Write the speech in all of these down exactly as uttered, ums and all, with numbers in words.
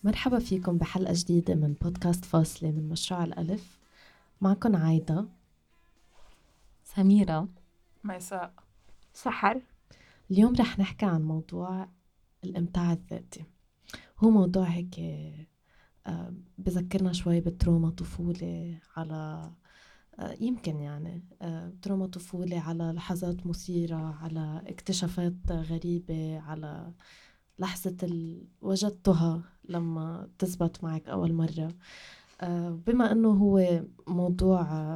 مرحبا فيكم بحلقة جديدة من بودكاست فاصلة من مشروع الألف. معكم عايدة، سميرة، ميساء، سحر. اليوم رح نحكي عن موضوع الإمتاع الذاتي. هو موضوع هيك آه، بذكرنا شوي بتروما طفولة، على آه، يمكن يعني آه، تروما طفولة، على لحظات مثيرة، على اكتشافات غريبة، على لحظة ال- وجدتها لما تثبت معك أول مرة. آه، بما أنه هو موضوع آه،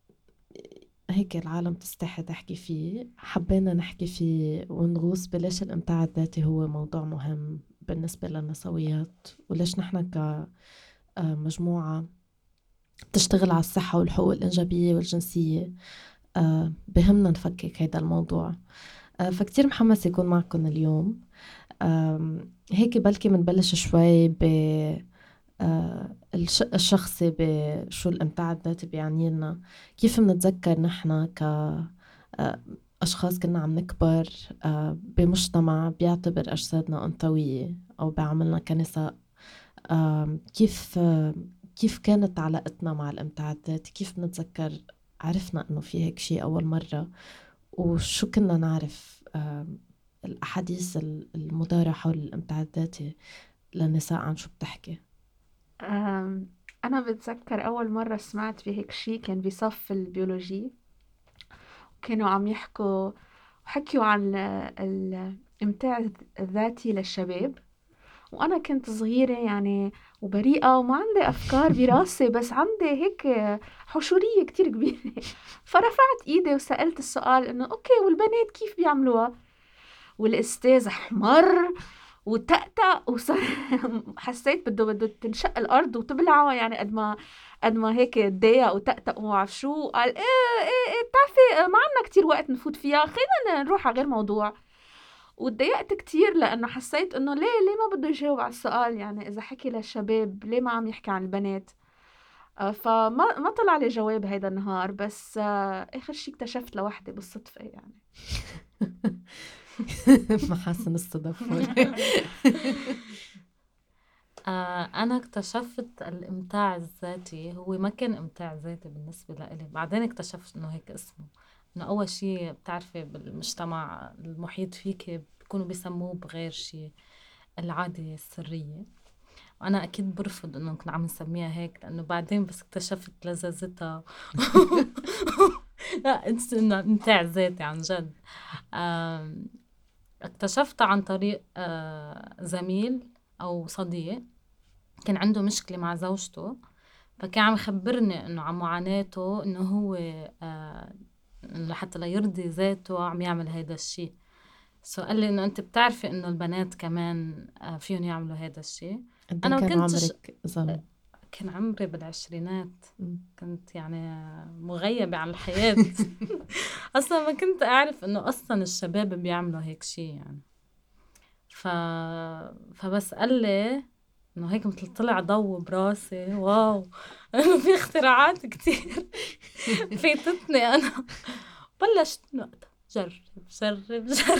هيك العالم تستحي تحكي فيه، حبينا نحكي فيه ونغوص بليش الإمتاع الذاتي هو موضوع مهم بالنسبة للنسويات، وليش نحن كمجموعة بتشتغل على الصحة والحقوق الإنجابية والجنسية آه، بهمنا نفكك هيدا الموضوع. آه، فكتير محمس يكون معكم اليوم. آم، هيك بلكي منبلش شوي ب آه، الش- الشخصي بشو الإمتاع الذاتي بيعني لنا، كيف منتذكر نحن ك آه، أشخاص كنا عم نكبر آه، بمجتمع بيعتبر أجسادنا أنثوية أو بيعاملنا كنساء. آم، كيف آه، كيف كانت علاقتنا مع الإمتاع الذاتي، كيف نتذكر عرفنا إنه في هيك شيء أول مرة، وشو كنا نعرف. آم، الأحاديث المدارة حول الإمتاع الذاتي للنساء عن شو بتحكي؟ أم، أنا بتذكر أول مرة سمعت بهيك شي كان بصف البيولوجي. كانوا عم يحكوا حكيوا عن ال- الإمتاع الذاتي للشباب. وأنا كنت صغيرة يعني وبريئة وما عندي أفكار براسي، بس عندي هيك حشورية كتير كبيرة. فرفعت إيدي وسألت السؤال إنه أوكي، والبنات كيف بيعملوها؟ والأستاذ أحمر وتأتأ وصار حسيت بده بده تنشق الأرض وتبلعه، يعني قد ما قد ما هيك تضايق وتأتأ وما بعرف شو. قال إيه إيه إيه بتعرفي ما عنا كتير وقت نفوت فيها، خلينا نروح على غير موضوع. وتضايقت كتير لأنه حسيت إنه ليه ليه ما بده يجاوب على السؤال، يعني إذا حكي للشباب ليه ما عم يحكي عن البنات. آه، فما ما طلع لي جواب هيدا النهار، بس آه، آخر شي اكتشفت لوحدي بالصدفة يعني. محاسن الصدف. آه أنا اكتشفت الإمتاع الذاتي هو ما كان إمتاع ذاتي بالنسبة لإلي، بعدين اكتشفت إنه هيك اسمه. إنه أول شيء بتعرفي بالمجتمع المحيط فيك بيكونوا بيسموه بغير شيء، العادة السرية. وأنا أكيد برفض إنه كنا عم نسميها هيك، لأنه بعدين بس اكتشفت لذاذتها. لا، انت إنه إمتاع ذاتي عن جد. آم، اكتشفتها عن طريق آه زميل أو صديق كان عنده مشكلة مع زوجته، فكان عم يخبرني إنه عن معاناته، إنه هو آه إنه حتى ليرضي ذاته عم يعمل هيدا الشيء. سو قال لي إنه أنت بتعرفي إنه البنات كمان آه فيهم يعملوا هيدا الشيء. قد إيه أنا ما كان كنتش، عمرك ظن؟ كان عمري بالعشرينات، مم. كنت يعني مغيبة عن الحياة. أصلا ما كنت أعرف إنه أصلا الشباب بيعملوا هيك شيء يعني. ف... فبس قال لي انه هيك مثل طلع ضوء براسي، واو. انه في اختراعات كتير فاتتني انا. بلشت نقطة جرب جرب جرب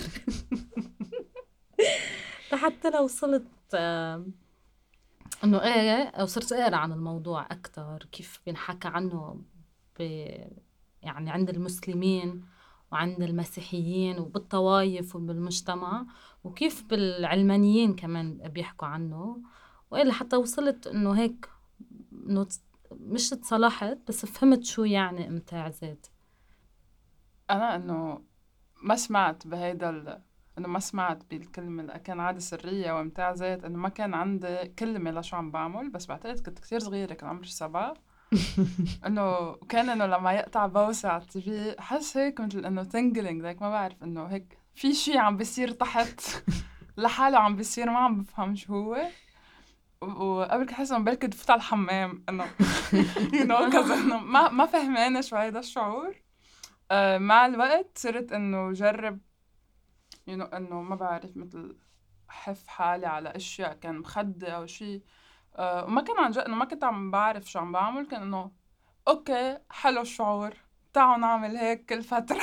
لحتى لو وصلت آه، انه ايه، وصرت اقرا عن الموضوع اكتر، كيف بينحكى عنه ب... يعني عند المسلمين وعند المسيحيين وبالطوائف وبالمجتمع، وكيف بالعلمانيين كمان بيحكوا عنه. وإلا حتى وصلت إنه هيك، إنه مش اتصلحت بس فهمت شو يعني إمتاع ذاتي. أنا إنه ما سمعت بهيدا ال... إنه ما سمعت بالكلمة اللي كان عادة سرية وإمتاع ذات، إنه ما كان عندي كلمة لشو عم بعمل. بس بعتقد كنت كتير صغيرة، كان عمري سبعة. إنه كان إنه لما يقطع بوسة على التي في حس هيك مثل إنه تنجلينج، لايك ما بعرف إنه هيك في شي عم بيصير تحت لحاله عم بيصير، ما عم بفهم شو هو. وقبل كنت حاسة إنه بلكي تفوت على الحمام، إنه you know كذا، إنه ما ما فهمانة شو هيدا الشعور. آه مع الوقت صرت إنه جرب you know إنه ما بعرف مثل حف حالي على أشياء كان مخدة أو شيء. آه وما كان عن جد إنه ما كنت عم بعرف شو عم بعمل، كان إنه أوكي حلو الشعور، تعالوا نعمل هيك كل فترة.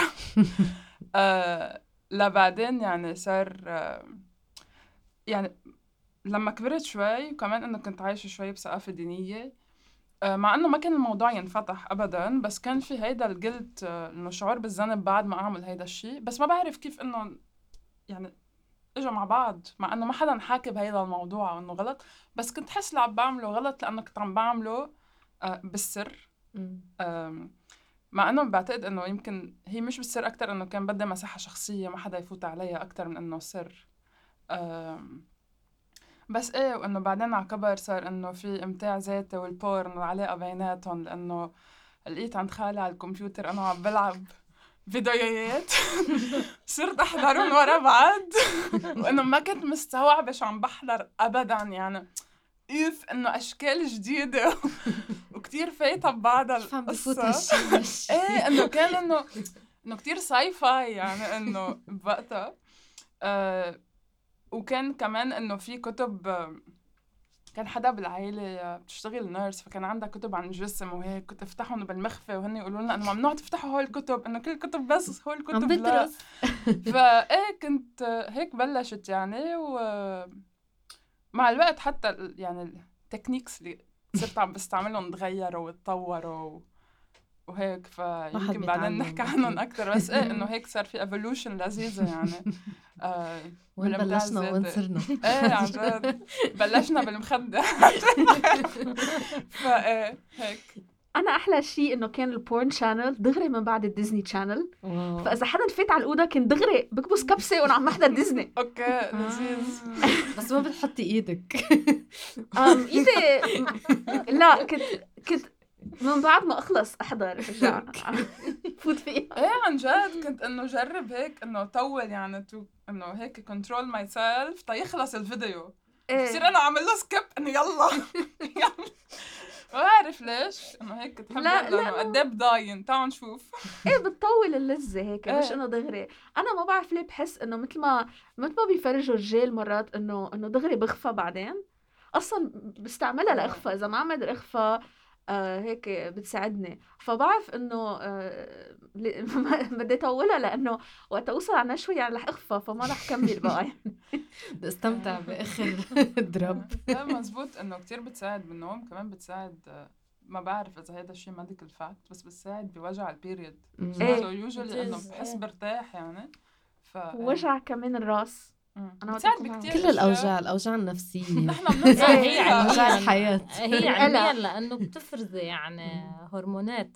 آه لبعدين يعني صار آه يعني لما كبرت شوي وكمان انه كنت عايشة شوي بثقافة دينية، آه، مع انه ما كان الموضوع ينفتح ابدا، بس كان في هيدا الجلد، آه، انه شعور بالذنب بعد ما اعمل هيدا الشيء، بس ما بعرف كيف انه يعني اجوا مع بعض، مع انه ما حدا حاكي بهيدا الموضوع انه غلط، بس كنت حس اللي عم بعمله غلط لانه كنت عم بعمله آه، بالسر. آم، مع انه بعتقد انه يمكن هي مش بالسر اكتر، انه كان بدي مساحة شخصية ما حدا يفوت عليها اكتر من انه سر. آم، بس ايه، وانه بعدين على كبر صار انه في امتاع ذاتي والبورن والعلاقة بيناتهم، لانه لقيت عند خالي على الكمبيوتر انا عم بلعب فيديوهات صرت احضرهم ورا بعض وانه ما كنت مستوعبة شو عم بحضر ابدا، يعني اف انه اشكال جديدة وكتير فايتة ببعضها كيف عم بفوت القصة. هالشي هالشي ايه انه كان انه انه كتير ساي فاي يعني انه بوقتها. آه وكان كمان انه في كتب، آه، كان حدا بالعائلة آه، بتشتغل نيرس، فكان عندها كتب عن الجسم وهيك، كنت افتحهم بالمخفى وهن يقولوا لنا انه ممنوع تفتحوا هول الكتب، انه كل الكتب بس هول عم الكتب لا. بدرس. فايه كنت آه، هيك بلشت يعني، ومع الوقت حتى ال- يعني التكنيكس اللي صرت عم بستعملهم تغيروا وتطوروا وهيك، واحد فيمكن بعدين بيتعلم نحكي عنهم أكيد. أكتر. بس إيه إنه هيك صار في evolution لذيذة يعني. آه وين بالإمتاع بلشنا وين الذاتي. صرنا. إيه عن جد بلشنا بالمخدة. فإيه هيك. انا احلى شيء انه كان البورن شانل دغري من بعد الديزني شانل، واو. فاذا حدا فات على الاوضه كان دغري بكبس كبسه وانا عم بحضر ديزني. أوكي لذيذ. بس ما بتحطي ايدك. ام ايدي لا، كنت كنت من بعد ما اخلص احضر ارجع فوت فيها. إيه عن جد كنت إنه جرب هيك إنه طول يعني تو إنه هيك كنترول ماي سيلف تيخلص الفيديو، بصير ايه أنا عامل له سكيب إنه يلا يلا. ما بعرف ليش انه هيك تحب لا، يلا انه قد ايه بضاين تعالوا نشوف. ايه بتطول اللذة هيك، مش إيه. انه دغري. انا ما بعرف ليه بحس انه مثل ما مثل ما بيفرجوا الرجال مرات انه انه دغري بخفى بعدين، اصلا بستعملها لاخفى، اذا ما عمل اخفى آه هيك بتساعدني. فبعرف انه آه ل- بدي اطولها لانه وقت اوصل على نشوي يعني رح اخفى، فما رح كمل بقى يعني. بدي استمتع باخر درب. لا مزبوط انه كتير بتساعد بالنوم، كمان بتساعد، آه، ما بعرف اذا هذا الشيء ميديكال فاكت، بس بتساعد بوجع البيريد. إيه. سو يوجولي انه بحس إيه. برتاح يعني. ف وجع كمان الراس. مم. أنا بتساعد وقت بكتير كل أشياء. الاوجاع الاوجاع النفسيه. نحن بننصح هي فيها. أوجاع علميا الحياة. هي علميا القلق. لانه بتفرزي يعني هرمونات،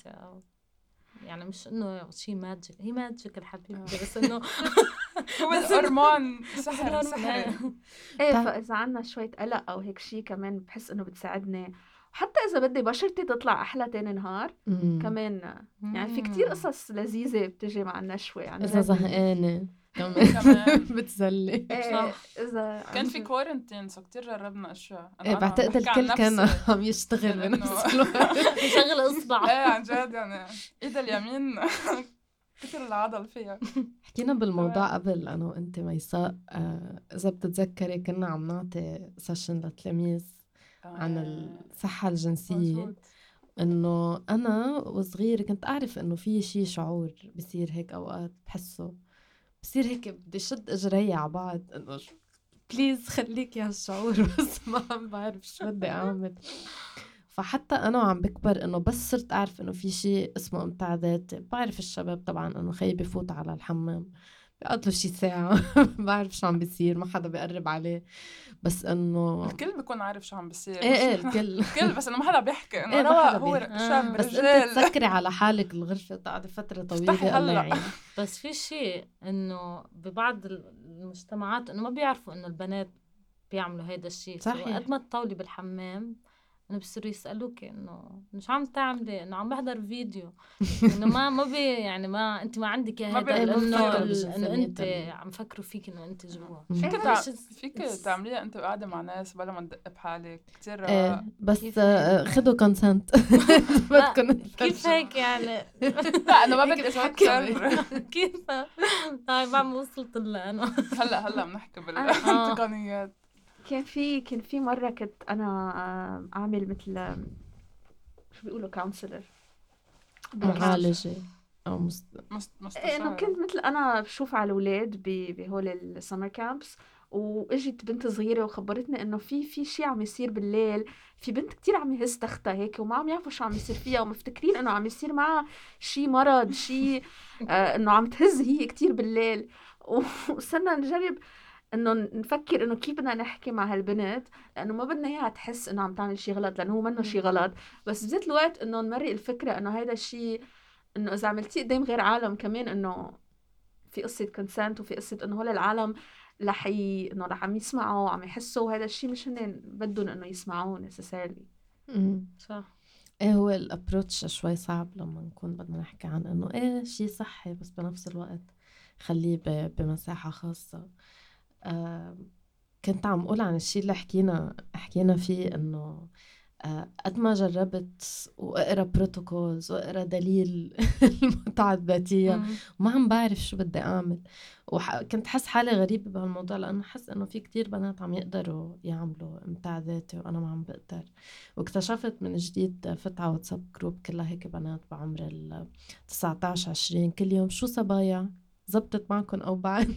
يعني مش انه شيء ماجيك، هي ماجيك الحبيبتي بس انه هو الهرمون بس سحر الهرمون- سحري. ايه، تع- فاذا عنا شوية قلق او هيك شيء كمان بحس انه بتساعدني، حتى اذا بدي بشرتي تطلع احلى تاني نهار مم. كمان. يعني في كتير قصص لذيذة بتجي مع النشوة يعني. اذا زهقانه كمان كمان. بتسلي. ايه صح. اذا كان عن في جد. كورنتين سو كتير جربنا اشياء. أنا- ايه أنا بعتقد بحكي عن الكل كان نفسي. عم يشتغل لأنه- بنفس الوقت. شغل اصبع. ايه عن جد يعني ايد اليمين كتر العضل فيها. حكينا بالموضوع تمام. قبل انا وانت ميساء، آه، اذا بتتذكري كنا عم نعطي سيشن لتلاميذ عن الصحة الجنسية، مزبوط. انه انا وصغيرة كنت اعرف انه في شي شعور بصير هيك اوقات بحسه، بصير هيك بدي شد اجري على بعض انه شو- بليز خليكي هالشعور بس ما عم بعرف شو بدي اعمل. فحتى انا وعم بكبر انه بس صرت اعرف انه في شيء اسمه امتاع ذاتي. بعرف الشباب طبعا انه خيي بفوت على الحمام بيقضلوا شي ساعة بعرف شو عم بيصير، ما حدا بيقرب عليه، بس انه الكل بيكون عارف شو عم بيصير. ايه مش ايه نحن- الكل. الكل بس انه ما حدا بيحكي انه إيه، ما رواق حدا هو بيحكي. شاب بس انت رجال. تسكري على حالك الغرفة تقعدي فترة افتحي طويلة الله هلأ. يعين. بس في شيء انه ببعض المجتمعات انه ما بيعرفوا انه البنات بيعملوا هيدا الشيء. صحيح. قد ما تطولي بالحمام انه بصيروا يسالوك انه مش عم تعملي، انه عم بحضر فيديو، انه ما ما بي يعني ما انت ما عندك ما هذا بي- انه بفكروا ال- انه انت بجنسانية. عم فكروا فيك انه انت جوا. مم. فيك إيه، تع... معلش، فيك it's- تعمليها انت قاعده مع ناس بلا ما تدق بحالك. كتير رواق. ايه بس كيف آه، هيك؟ خدوا كونسنت. لا، بدكم كيف هيك يعني؟ لا انا ما هيك بدي بتحكي. افكر. كيف هاي بعد ما وصلت لأنه هلا هلا بنحكي آه. بالتقنيات. كان في كان في مرة كنت أنا آه، أعمل مثل آه، شو بيقولوا كونسلر، معالجة او مست... مست... إنه مستشار. كنت مثل أنا بشوف على الأولاد ب- بهول السمر كامبس، واجت بنت صغيرة وخبرتنا انه في في شيء عم يصير بالليل، في بنت كتير عم يهز تختها هيك وما عم يعرفوا شو عم يصير فيها، ومفتكرين انه عم يصير معها شيء مرض، شيء آه انه عم تهز هي كتير بالليل. وصرنا نجرب انه نفكر انه كيف بدنا نحكي مع هالبنت، لانه ما بدنا اياها تحس انه عم تعمل شيء غلط، لانه هو منه شيء غلط، بس بذات الوقت انه نمرق الفكرة انه هذا الشيء انه اذا عملتيه قدام غير عالم كمان انه في قصة كونسنت، وفي قصة انه هول العالم رح ي... انه رح عم يسمعوا عم يحسوا، وهذا الشيء مش هن بدهم انه يسمعوه necessarily. مم. صح. ايه هو الابروتش شوي صعب لما نكون بدنا نحكي عن انه ايه شيء صحي، بس بنفس الوقت خليه ب- بمساحة خاصة. آه كنت عم أقول عن الشيء اللي حكينا حكينا فيه إنه آه قد ما جربت وأقرأ بروتوكولز وأقرأ دليل المتعة الذاتية مم. وما عم بعرف شو بدي أعمل. وكنت حس حالي غريبة بهالموضوع، لأنه حس إنه في كتير بنات عم يقدروا يعملوا إمتاع ذاتي وأنا ما عم بقدر. واكتشفت من جديد فت على واتساب جروب كلها هيك بنات بعمر ال تسعة عشر عشرين، كل يوم شو صبايا زبطت معكم أو بعد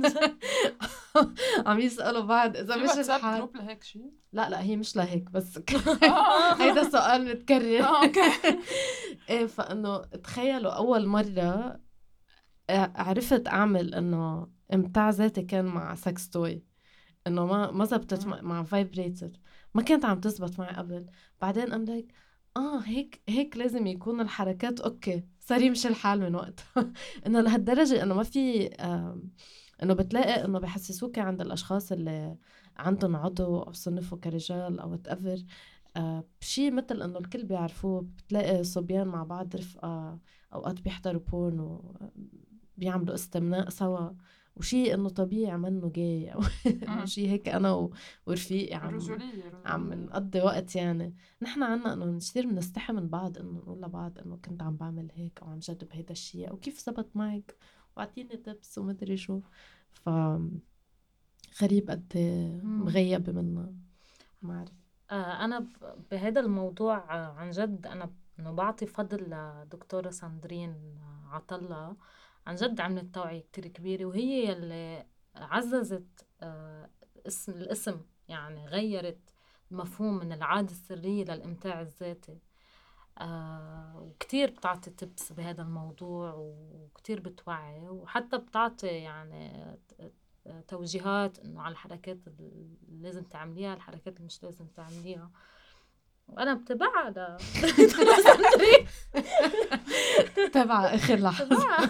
عم يسألوا بعض إذا في مش واتساب الحال. جروب لهيك شيء؟ لا لا هي مش لهيك، بس آه. هيدا سؤال متكرر. آه، أوكي. إيه، فإنه تخيلوا أول مرة عرفت أعمل إنه إمتاع ذاتي كان مع سكس توي، إنه ما ما زبطت مع, مع فايبريتر، ما كانت عم تزبط معي قبل. بعدين أم لايك آه هيك هيك لازم يكون الحركات أوكي، صار يمشي الحال من وقتها. إنه لهالدرجة إنه ما في آم، إنه بتلاقي إنه بحسسوك عند الأشخاص اللي عندهم عضو أو صنفوا كرجال أو whatever آه بشي مثل إنه الكل بيعرفوه. بتلاقي صبيان مع بعض رفقة أوقات بيحضروا بورن وبيعملوا استمناء سوا، وشي إنه طبيعي منه جاي أو إنه مم. شي هيك أنا و- ورفيقي عم رجولية عم رجولية. نقضي وقت. يعني نحن عنا إنه كثير بنستحي من بعض إنه نقول لبعض إنه كنت عم بعمل هيك أو عم جرب هيدا الشيء أو كيف زبط معك وعطيني تبس ومدري شو. ف غريب قد إيه مم. مغيبة منا، ما أعرف. آه، أنا ب- بهذا الموضوع آه، عن جد أنا إنه بعطي فضل لدكتورة ساندرين آه، عطلة. عن جد عملت توعية كتير كبيرة، وهي اللي عززت آه، اسم الاسم، يعني غيرت المفهوم من العادة السرية للإمتاع الذاتي. آه وكتير بتعطي تبس بهذا الموضوع، وكتير بتوعي، وحتى بتعطي يعني ت- توجيهات إنه على الحركات اللي لازم تعمليها، الحركات اللي مش لازم تعمليها. وأنا بتابعها ل تبع آخر لحظة. بتابعها.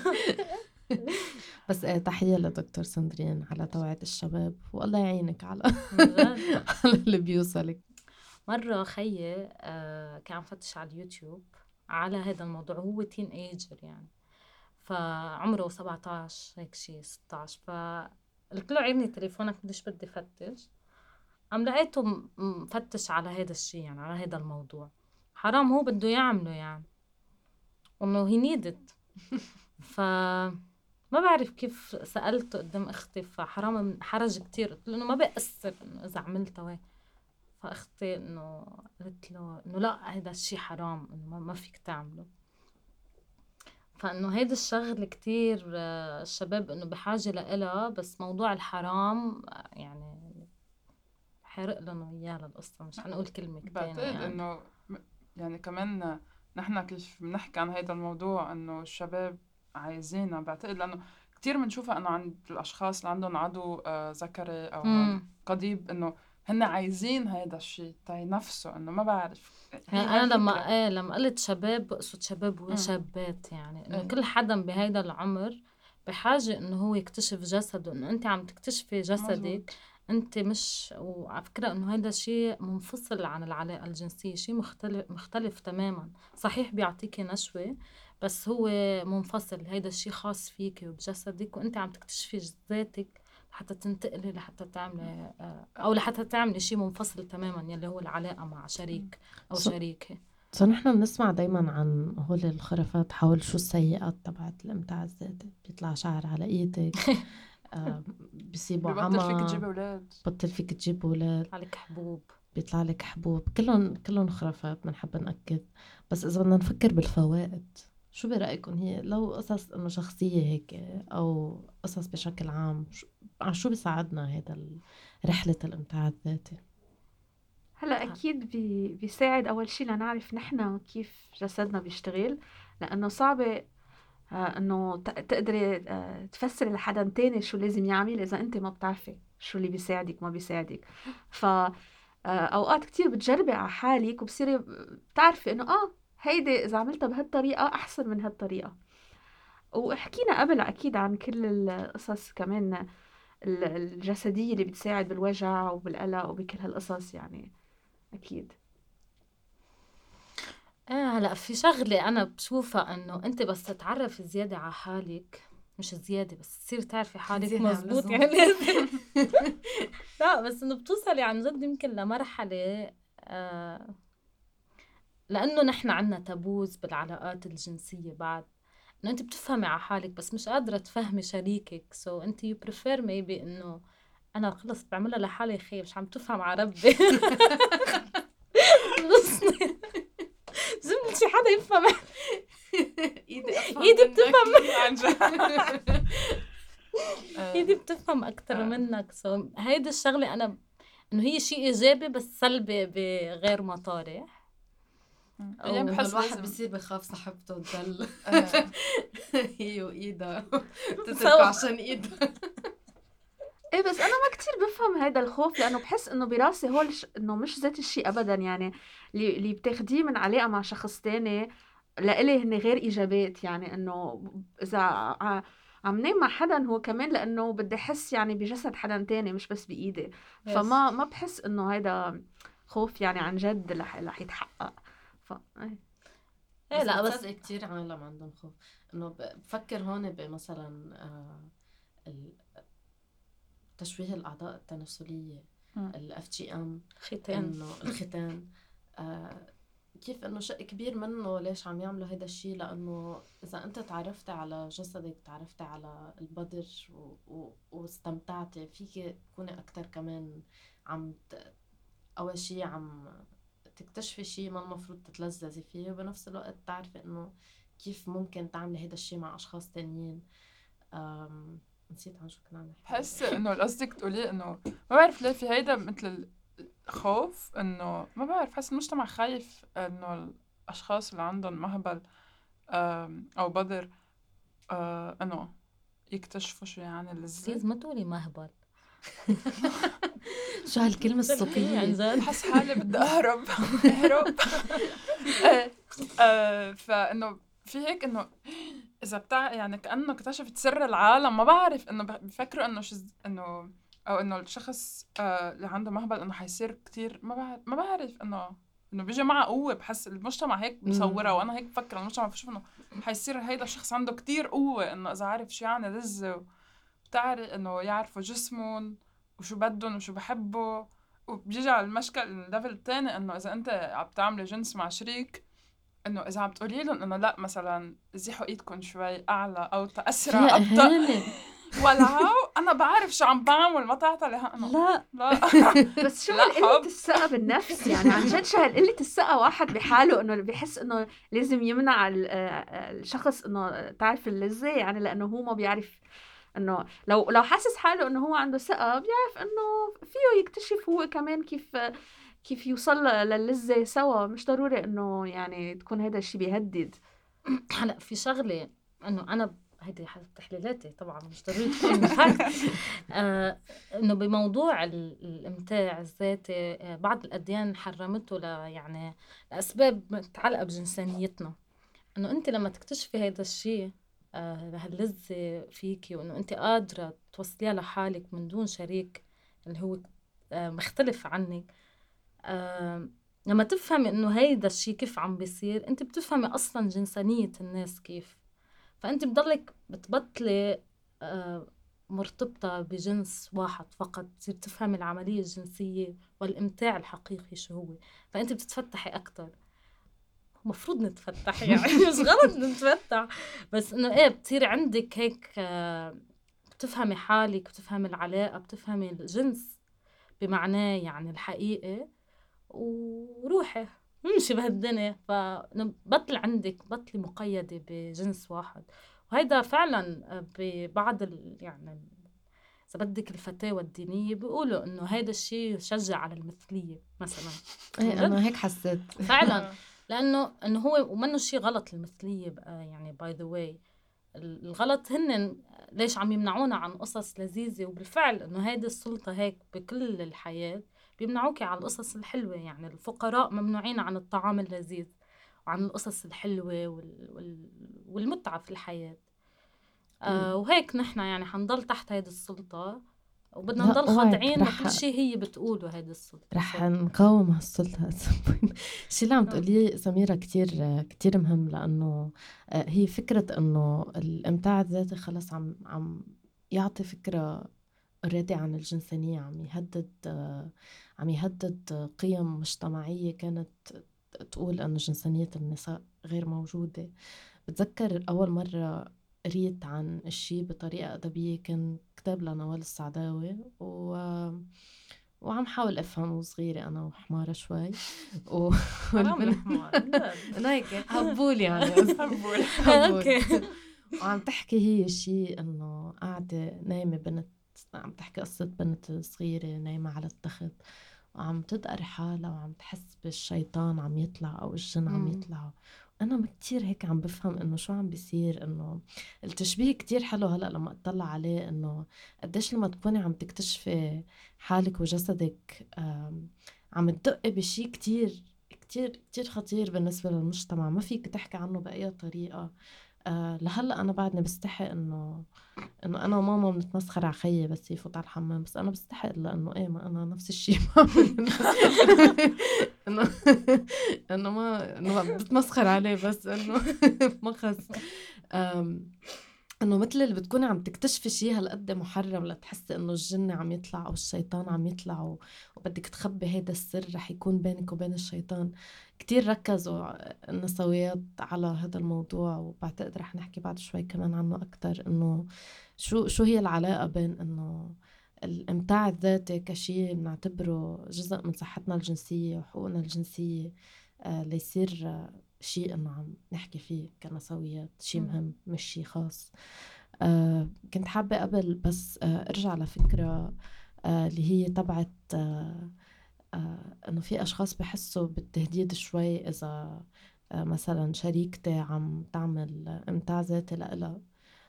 بس إيه، تحية لدكتور ساندرين على توعية الشباب، والله يعينك على عن جد. على اللي بيوصلك. مرة خيي آه كان عم فتش على اليوتيوب على هذا الموضوع، هو تين ايجر يعني، فعمره سبعة عشر هيك شي ستة عشر. فقلت له عيني تليفونك بديش بدي فتش، قام لقيته م- مفتش على هذا الشي، يعني على هذا الموضوع. حرام هو بده يعمله يعني، انه he needed. ف ما بعرف كيف سألته قدام اختي، فحرام من حرج كتير، قلت له انه ما بيأثر انه اذا عملته هيك. فاختي انه قلت له انه لا هذا الشي حرام، انه ما- ما فيك تعمله. فانه هيدا الشغل كتير آه، الشباب انه بحاجة لإلها، بس موضوع الحرام آه، يعني حرق لنا اياه للقصة، مش حنقول كلمة تانية بعتقد يعني. انه م- يعني كمان نحن كيف بنحكي عن هذا الموضوع انه الشباب عايزينها، بعتقد لانه كتير بنشوفها انه عند الاشخاص اللي عندهم عضو آه، ذكري او مم. قضيب، انه هن عايزين هذا الشيء تاعي نفسه، انه ما بعرف هي يعني هاي انا لما الفكرة. ايه لما قلت شباب بقصد شباب مم. وشابات، يعني انه إيه. كل حدا بهيدا العمر بحاجة انه هو يكتشف جسده، انه انت عم تكتشفي جسدك مزبوط. انت مش. وعلى فكرة انه هيدا شيء منفصل عن العلاقة الجنسية، شيء مختلف مختلف تماما. صحيح بيعطيكي نشوة، بس هو منفصل، هيدا الشيء خاص فيكي وبجسدك، وانت عم تكتشفي ذاتك لحتى تنتقلي لحتى تعملي آه، او لحتى تعملي شيء منفصل تماما يلي هو العلاقة مع شريك او ص- شريكة. فنحن بنسمع دايما عن هول الخرافات حول شو السيئات تبعت الإمتاع الذاتي. بيطلع شعر على إيدك، آه بيصيبوا ببطل فيك عمى، تجيب اولاد. بطل فيك تجيب أولاد، عليك حبوب. بيطلع لك حبوب. كلهم كلهم خرافات بنحب نأكد. بس إذا بدنا نفكر بالفوائد، شو برأيكم؟ هي لو قصص إنه شخصية هيك أو قصص بشكل عام، شو على شو بيساعدنا هذا ال- رحلة الإمتاع الذاتي؟ هلا اكيد بي بيساعد اول شيء لنعرف نحن كيف جسدنا بيشتغل، لانه صعبه آه، انه ت- تقدري آه، تفسري لحدا تاني شو لازم يعمل اذا انت ما بتعرفي شو اللي بيساعدك ما بيساعدك. ف آه، اوقات كتير بتجربي على حالك وبصيري بتعرفي انه اه هيدي اذا عملتها بهالطريقه احسن من هالطريقه. وحكينا قبل اكيد عن كل القصص كمان ال- الجسديه اللي بتساعد بالوجع وبالقلق وبكل هالقصص يعني اكيد. ايه هلا في شغلة أنا بشوفها إنه أنت بس تتعرفي زيادة على حالك، مش زيادة بس تصير تعرفي حالك زيادة عن مزبوط اللزوم. يعني لازم لا بس إنه بتوصلي عن جد يمكن لمرحلة آه لأنه نحن عنا تابوز بالعلاقات الجنسية بعد، إنه أنت بتفهمي على حالك بس مش قادرة تفهمي شريكك، سو so أنت you prefer maybe إنه أنا خلص بعملها لحالي خير مش عم تفهم على ربي خلصني زم شي حدا يفهم ايدي افهم ايدي منك. بتفهم عن جد. ايدي بتفهم اكثر آه. منك، سو هيدي الشغله انا انه هي شيء ايجابي بس سلبي بغير مطارح. ايام أو بحس الواحد لازم بصير بخاف صاحبته تضل آه. هي وايدها سوا. تتركه عشان ايدها. ايه بس انا ما كتير بفهم هذا الخوف، لانه بحس انه براسي هول ش... انه مش ذات الشيء ابدا يعني اللي اللي بتاخديه من علاقه مع شخص تاني لإلي هن غير ايجابات، يعني انه اذا ع... عم نام مع حدا هو كمان لانه بدي احس يعني بجسد حدا تاني مش بس بايدي، فما ما بحس انه هيدا خوف يعني عن جد رح رح يتحقق. ف إيه. ايه بس لا بس بتصدق كتير عالم عندهم خوف انه ب- بفكر هون بمثلا آه، ال- تشويه الاعضاء التناسليه مم. الاف جي ام، ختان انه الختان آه، كيف انه شق كبير منه ليش عم يعملوا هيدا الشيء، لانه اذا انت تعرفتي على جسدك تعرفتي على البدر و- و- واستمتعتي فيك تكوني اكتر كمان عم ت- اول شيء عم تكتشفي شيء ما المفروض تتلذذي فيه، وبنفس الوقت تعرفي انه كيف ممكن تعملي هيدا الشيء مع اشخاص تانيين. أم... نسيت عن شو كنا عم نحكي. بحس انه قصدك تقولي انه ما بعرف ليه في هيدا مثل الخوف، انه ما بعرف حس المجتمع خايف انه الاشخاص اللي عندهم مهبل آم، او بدر آه، انه يكتشفوا شو يعني اللذة. بليز ما تقولي مهبل شو هالكلمة عن السوقية؟ جد بحس حالي بدي اهرب اهرب إيه، آه، فانه في هيك انه اذا بتاع يعني كانه اكتشفت سر العالم، ما بعرف انه ب- بفكروا انه شو انه او انه الشخص آه، اللي عنده مهبل انه حيصير كتير ما بعرف ما بعرف انه انه بيجي معه قوه. بحس المجتمع هيك مصوره وانا هيك بفكر المجتمع بشوف انه حيصير هيدا الشخص عنده كتير قوه، انه اذا عارف شو يعني لذة بتعرف انه يعرفوا جسمهم وشو بدهم وشو بحبوا. وبيجي على المشكل الليفل الثاني انه اذا انت عم تعملي جنس مع شريك، انه اذا عم تقولي لهم انه لا مثلا زيحوا ايدكم شوي اعلى او اسرع فيها ابطا، اهانة. ولعوا انا بعرف شو عم بعمل ما تعطلي انا لا لا بس شو لا هالقلة حب. الثقة بالنفس يعني عن جد شو هالقلة الثقة واحد بحاله انه بيحس انه لازم يمنع ال- آه، الشخص انه تعرف اللذة، يعني لانه هو ما بيعرف انه لو لو حاسس حاله انه هو عنده ثقة بيعرف انه فيه يكتشف هو كمان كيف كيف يوصل للذة سوا، مش ضروري انه يعني تكون هذا الشيء بيهدد. هلا في شغله انه انا هيدي تحليلاتي طبعا مش ضروري تكون فاكت آه انه بموضوع ال- الامتاع الذاتي آه بعض الاديان حرمته ل يعني لاسباب متعلقه بجنسانيتنا، انه انت لما تكتشفي هذا الشيء آه هاللذة فيكي وانه انت قادره توصليها لحالك من دون شريك اللي هو آه مختلف عنك، آه لما تفهمي انه هيدا الشيء كيف عم بيصير انت بتفهمي اصلا جنسانية الناس كيف، فانت بضلك بتبطلي آه مرتبطة بجنس واحد فقط، بتصير تفهمي العملية الجنسية والإمتاع الحقيقي شو هو، فأنت بتتفتحي أكتر. مفروض نتفتح يعني مش غلط نتفتح، بس إنه إيه بتصير عندك هيك آه بتفهمي حالك بتفهمي العلاقة بتفهمي الجنس بمعناه يعني الحقيقي، وروحي امشي بهالدنيا، فبطل عندك بطلي مقيدة بجنس واحد. وهيدا فعلا ببعض ال يعني إذا بدك الفتاوى الدينية بيقولوا إنه هذا الشيء يشجع على المثلية مثلا. ايه انا هيك حسيت فعلا لأنه إنه هو ومنه شيء غلط المثلية بقى يعني باي ذا واي. الغلط هن ليش عم يمنعونا عن قصص لذيذة، وبالفعل إنه هيدي السلطة هيك بكل الحياة بيمنعوكي على القصص الحلوة. يعني الفقراء ممنوعين عن الطعام اللذيذ وعن القصص الحلوة وال... وال... والمتعة في الحياة. آه وهيك نحن يعني حنضل تحت هيدي السلطة وبدنا لا، نضل اوعك، خاضعين رح- لكل شيء هي بتقوله هيدي السلطة. رح So- نقاوم هالسلطة. الشيء اللي عم تقوليه سميرة كتير كتير مهم، لأنه آه، هي فكرة إنه الإمتاع الذاتي خلص عم عم يعطي فكرة اوريدي عن الجنسانية، عم يهدد آه، عم يهدد قيم مجتمعية كانت تقول أن جنسانية النساء غير موجودة. بتذكر أول مرة قريت عن الشي بطريقة أدبية كان كتاب لنوال السعداوي، و... وعم حاول أفهم صغيرة أنا وحمارة شوي و... حرام الحمار. لا. أنا هيك هبول يعني هبول. اوكي. وعم تحكي هي شيء إنه قاعدة نايمة بنت، عم تحكي قصة بنت صغيرة نايمة على التخت وعم تدقر حالها وعم تحس بالشيطان عم يطلع أو الجن عم مم. يطلع. أنا كتير هيك عم بفهم إنه شو عم بيصير، إنه التشبيه كتير حلو هلأ لما أطلع عليه، إنه قديش لما تكوني عم تكتشفي حالك وجسدك آم، عم تدقي بشي كتير كتير كتير خطير بالنسبة للمجتمع، ما فيك تحكي عنه بأي طريقة. أه لهلا أنا بعدني بستحي إنه إنه أنا وماما بنتمسخر على خيي بس يفوت على الحمام، بس أنا بستحي لأنه إيه ما أنا نفس الشيء بعمل. إنه إنه ما إنه ما بتمسخر عليه بس إنه ما خص. أم، إنه مثل اللي بتكوني عم تكتشفي شيء هالقد محرم لتحسي إنه الجن عم يطلع أو الشيطان عم يطلع و- وبدك تخبي هيدا السر رح يكون بينك وبين الشيطان. كتير ركزوا النسويات على هذا الموضوع، وبعتقد رح نحكي بعد شوي كمان عنه أكتر، إنه شو شو هي العلاقة بين إنه الإمتاع الذاتي كشيء بنعتبره جزء من صحتنا الجنسية وحقوقنا الجنسية آه ليصير آه شيء إنه عم نحكي فيه كنسويات، شيء مم. مهم مش شيء خاص. آه كنت حابة قبل بس آه أرجع لفكرة آه اللي هي تبعت آه آه إنه في أشخاص بحسوا بالتهديد شوي إذا آه مثلا شريكتي عم تعمل إمتاع ذاتي لإلها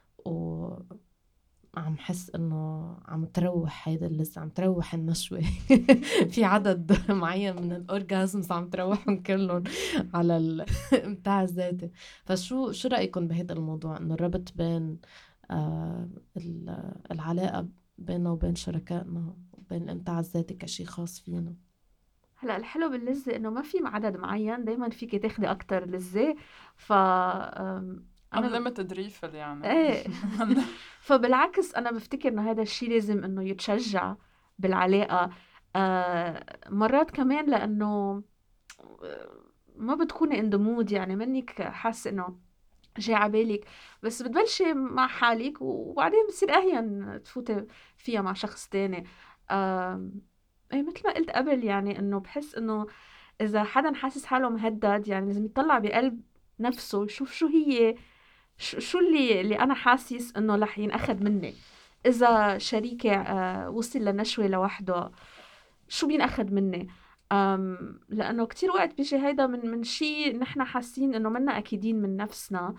وعم حس إنه عم تروح هيدا اللذة، عم تروح النشوة. في عدد معين من الأورجازمز عم تروحهم كلهم على الإمتاع الذاتي. فشو شو رأيكم بهذا الموضوع، إنه الربط بين آه ال- العلاقة بيننا وبين شركائنا وبين الإمتاع الذاتي كشي خاص فينا؟ هلا الحلو باللذة انه ما في عدد معين، دايما فيك تاخدي اكتر لذة. ف أم، انا ب... unlimited refill يعني. ايه فبالعكس انا بفتكر انه هذا الشيء لازم انه يتشجع بالعلاقة. آه مرات كمان لانه آه، ما بتكوني ان ذا مود، يعني منك حاسه انه جاي عبالك، بس بتبلشي مع حالك وبعدين بصير اهين تفوتي فيها مع شخص تاني. آم، ايه مثل ما قلت قبل، يعني انه بحس انه اذا حدا حاسس حاله مهدد يعني لازم يطلع بقلب نفسه يشوف شو هي شو شو اللي اللي انا حاسس انه رح ينأخذ مني. اذا شريكي آه، وصل لنشوة لوحده شو بينأخذ مني؟ أم لأنه كتير وقت بيجي هيدا من من شيء نحن حاسين إنه منا أكيدين من نفسنا،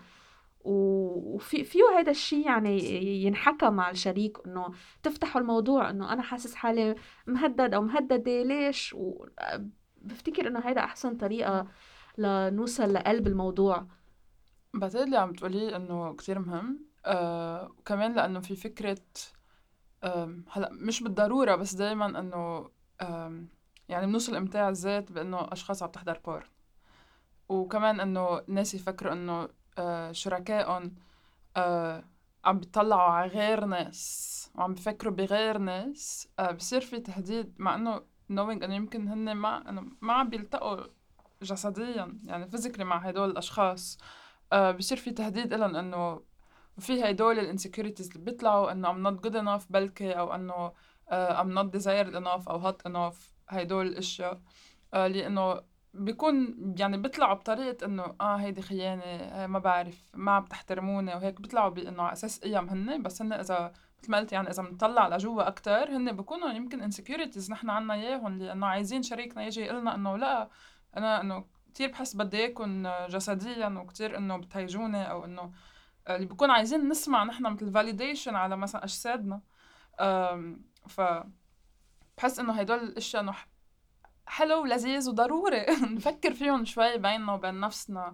و- وفي فيه هيدا الشيء يعني ينحكى مع الشريك إنه تفتحوا الموضوع إنه أنا حاسس حالي مهدد أو مهددة ليش. و بفتكر إنه هيدا أحسن طريقة لنوصل لقلب الموضوع. بعتقد اللي عم تقوليه انه كتير مهم. آه وكمان لانه في فكرة آم، هلا مش بالضرورة بس دايما انه آم، يعني بنوصل امتاع الذات بانه اشخاص عم تحضر بورن، وكمان انه الناس يفكروا انه آه شركائهم آه عم بيطلعوا على غير ناس وعم بفكروا بغير ناس. آه بصير في تهديد مع انه knowing انه يمكن هن ما انه ما عم بيلتقوا جسديا يعني فيزيكلي مع هدول الاشخاص. آه بصير في تهديد لهم انه وفي هدول الانسكيورتيز اللي بيطلعوا انه I'm not good enough بلكي او انه آه I'm not desired enough او hot enough. هدول الاشياء آه لانه بيكون يعني بيطلعوا بطريقة انه اه هيدي خيانة، آه ما بعرف ما عم تحترموني وهيك، بيطلعوا بانه على اساس قيم هن، بس هن اذا مثل ما قلت يعني إذا بنطلع لجوا أكتر هن بيكونوا يمكن insecurities نحن عنا إياهم لأنه عايزين شريكنا يجي يقلنا إنه لا أنا إنه كتير بحس بدي إياكم جسديا وكتير إنه بتهيجوني أو إنه اللي بيكون عايزين نسمع نحن مثل validation على مثلا أجسادنا. ف بحس إنه هيدول الأشياء إنه حلو ولذيذ وضروري نفكر فيهم شوي بيننا وبين نفسنا.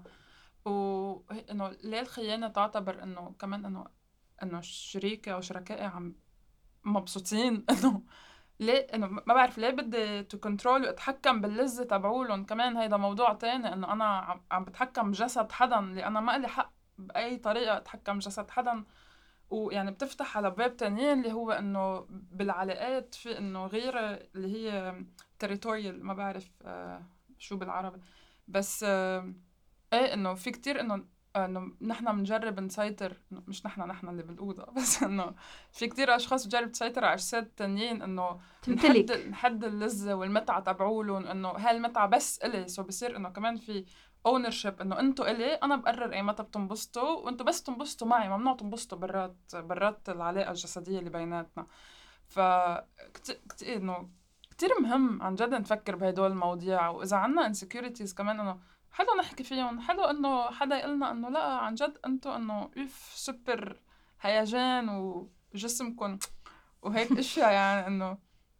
وإنه ليه الخيانة تعتبر إنه كمان إنه إنه شريكي أو شركائي عم مبسوطين إنه ليه إنه ما بعرف ليه بدي تو كنترول وأتحكم باللذة تبعولهم. كمان هيدا موضوع تاني إنه أنا عم, عم بتحكم بجسد حدا اللي أنا ما إلي حق بأي طريقة أتحكم بجسد حدا. ويعني بتفتح على باب تانيين اللي هو إنه بالعلاقات في إنه غيرة اللي هي territorial ما بعرف آه شو بالعربي بس آه ايه إنه في كتير إنه إنه نحنا بنجرب نسيطر مش نحنا نحنا اللي بالأوضة بس إنه في كتير أشخاص بتجرب تسيطر على أجساد تانيين إنه نحد نحد اللذة والمتعة تبعولهم إنه هالمتعة بس إلي سو بصير إنه كمان في ownership إنه أنتوا إلي أنا بقرر أي متى بتنبسطوا وأنتوا بس تنبسطوا معي ممنوع تنبسطوا برات برات العلاقة الجسدية اللي بيناتنا. فكتير كتير إنه كتير مهم عن جد نفكر بهدول المواضيع. وإذا عنا insecurities كمان إنه حلو نحكي فيهم حلو إنه حدا يقلنا إنه لا عن جد أنتوا إنه إف سوبر هيجان وجسمكم وهيك إشياء يعني إنه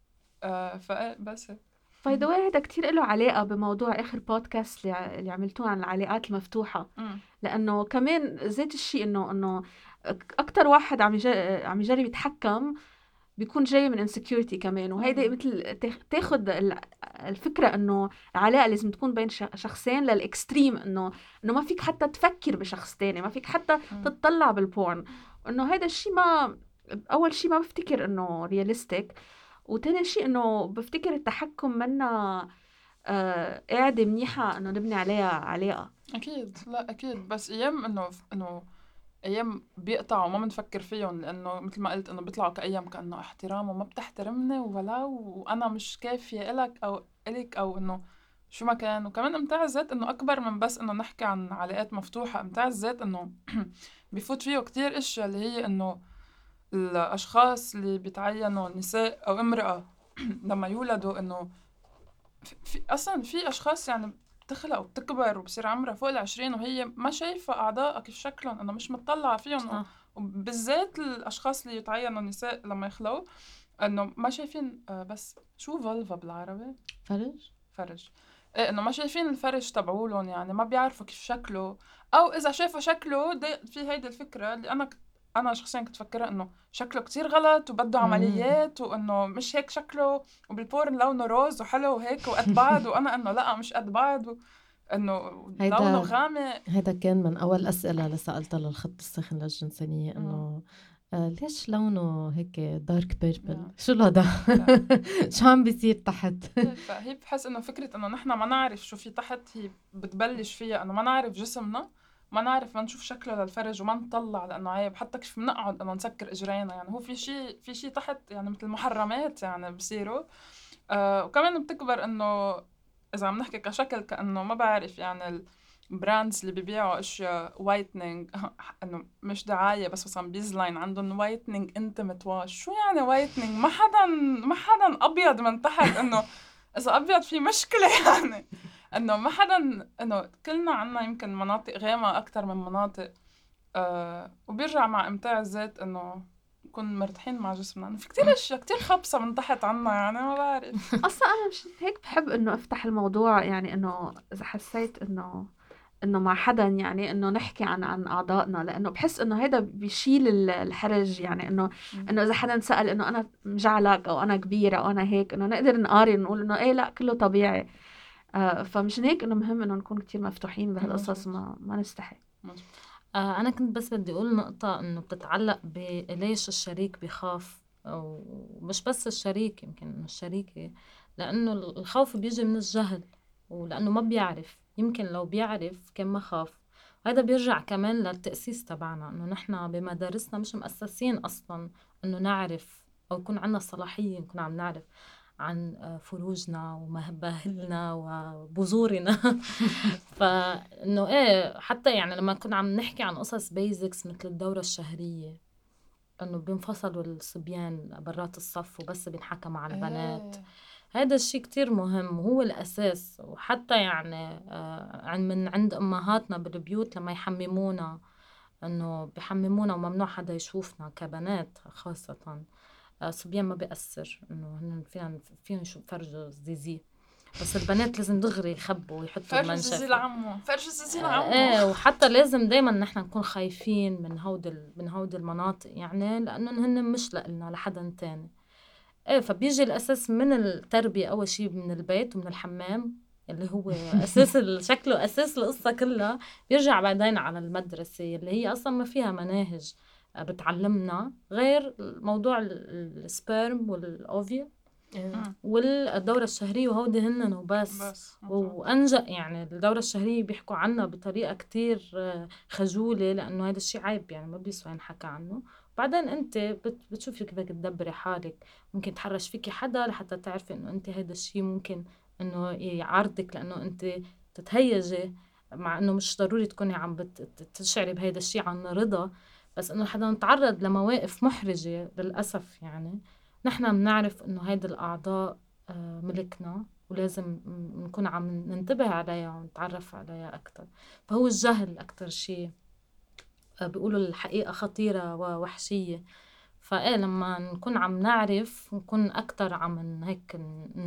آه فأ بس باي ذا واي هذا كتير له علاقة بموضوع آخر بودكاست اللي, اللي عملتوه عن العلاقات المفتوحة. م. لأنه كمان زيت الشيء إنه إنه أكتر واحد عم يجرب عم يجرب يتحكم بيكون جاي من insecurity كمان. وهيدا مثل تاخد الفكرة إنه العلاقة لازم تكون بين شخصين للإكستريم إنه إنه ما فيك حتى تفكر بشخص تاني ما فيك حتى تطلع بالبورن. إنه هيدا الشيء ما أول شيء ما بفتكر إنه رياليستيك. وتاني شيء إنه بفتكر التحكم منا آه قاعدة منيحة إنه نبني عليها علاقة. أكيد لا أكيد بس أيام إنه إنه أيام بيقطعوا ما بنفكر فيهم لأنه مثل ما قلت إنه بيطلعوا كأيام كأنه احترام وما بتحترمني ولا وأنا مش كافية إلك أو إلك أو إنه شو ما كان. وكمان امتاع الذات إنه أكبر من بس إنه نحكي عن علاقات مفتوحة. امتاع الذات إنه بيفوت فيه كتير إشياء اللي هي إنه الأشخاص اللي بيتعينوا نساء أو امرأة لما يولدوا إنه في أصلاً في أشخاص يعني بتخلق وبتكبر وبصير عمرها فوق العشرين وهي ما شايفة أعضاء كيف شكلهم إنه مش متطلعة فيهم. وبالذات الأشخاص اللي يتعينوا نساء لما يخلقوا إنه ما شايفين بس شو فالفا بالعربي فرج فرج إيه إنه ما شايفين الفرج تبعولهم يعني ما بيعرفوا كيف شكله أو إذا شافوا شكله في هيدا الفكرة اللي أنا أنا شخصياً كنت فكرة إنه شكله كتير غلط وبده عمليات وإنه مش هيك شكله وبالبورن لونه روز وحلو وهيك وقد بعض وأنا إنه لأ مش قد بعض إنه لونه غامق. هيدا كان من أول الأسئلة اللي سألتها للخط السخن للجنسانية إنه آه ليش لونه هيك دارك بيربل شو هذا شو عم بيصير تحت. فهي بحس إنه فكرة إنه نحنا ما نعرف شو في تحت هي بتبلش فيها إنه ما نعرف جسمنا ما نعرف ما نشوف شكله للفرج وما نطلع لأنه عيب حتى كيف بنقعد إنه نسكر إجرينا يعني هو في شيء في شيء تحت يعني مثل محرمات يعني بصيروا. آه وكمان بتكبر إنه إذا عم نحكي كشكل كأنه ما بعرف يعني البراندز اللي بيبيعوا أشياء وايتنينج إنه مش دعاية بس مثلا بيزلاين عندهم وايتنينج انتمت واش شو يعني وايتنينج ما حدا ما حدا أبيض من تحت إنه إذا أبيض في مشكلة يعني إنه ما حدا إنه كلنا عنا يمكن مناطق غامقة أكتر من مناطق. آه وبيرجع مع إمتاع الذات إنه نكون مرتاحين مع جسمنا. إنه في كتير أشياء كتير خبصة من تحت عنا يعني ما بعرف. أصلا أنا مش هيك بحب إنه أفتح الموضوع يعني إنه إذا حسيت إنه إنه مع حدا يعني إنه نحكي عن عن أعضائنا لأنه بحس إنه هيدا بيشيل الحرج يعني إنه إنه إذا حدا سأل إنه أنا مجعلك أو أنا كبيرة أو أنا هيك إنه نقدر نقارن نقول إنه إيه لا كله طبيعي. آه فمشان هيك إنه مهم إنه نكون كتير مفتوحين بهالقصص ما ما نستحي. آه أنا كنت بس بدي أقول نقطة إنه بتتعلق بليش الشريك بيخاف أو مش بس الشريك يمكن الشريكة لأنه الخوف بيجي من الجهل ولأنه ما بيعرف يمكن لو بيعرف كان ما خاف. هذا بيرجع كمان للتأسيس تبعنا إنه نحنا بمدارسنا مش مؤسسين أصلاً إنه نعرف أو يكون عنا صلاحية نكون عم نعرف عن فروجنا ومهبهلنا وبذورنا. فإنه إيه حتى يعني لما كنا عم نحكي عن قصص بيزكس مثل الدورة الشهرية انه بينفصلوا الصبيان برات الصف وبس بينحكى مع البنات. إيه. هذا الشيء كتير مهم وهو الأساس. وحتى يعني آه، عن- من عند أمهاتنا بالبيوت لما يحممونا إنه بيحممونا وممنوع حدا يشوفنا كبنات خاصة. آه، صبيان ما بيأثر إنه هن فينا فيهم يشوف فرجوا زيزي، بس البنات لازم دغري يخبوا ويحطوا فرج الزيزي المنشفة. لعمو، فرج الزيزي آه، لعمو. ايه، وحتى لازم دايما نحن نكون خايفين من هود ال- من هود المناطق، يعني لأنه هن مش لنا لحدا تاني. ايه، فبيجي الأساس من التربية أول شيء من البيت ومن الحمام اللي هو أساس ال- شكله أساس القصة كلها. بيرجع بعدين على المدرسة اللي هي أصلا ما فيها مناهج آه، بتعلمنا غير موضوع ال- السبرم والأوفيا مم. والدورة الشهرية، وهودي هن وبس. بس مظبوط. وأنجأ يعني الدورة الشهرية بيحكوا عنها بطريقة كتير آه، خجولة، لأنه هذا الشيء عيب يعني ما بيسوى ينحكى عنه. بعدين أنت بت- بتشوفي كيف بدك تدبري حالك، ممكن تحرش فيكي حدا لحتى تعرفي إنه أنت هذا الشيء ممكن إنه يعارضك، لأنه أنت تتهيجي، مع إنه مش ضروري تكوني عم بت- ت- تشعري بهذا الشيء عن رضا، بس إنه حدا نتعرض لمواقف محرجة للأسف. يعني نحن بنعرف إنه هيدي الأعضاء آه، ملكنا، ولازم م- نكون عم ننتبه عليها ونتعرف عليها أكتر. فهو الجهل أكتر شيء آه، بيقولوا الحقيقة خطيرة ووحشية. فإيه لما نكون عم نعرف نكون أكتر عم ن- هيك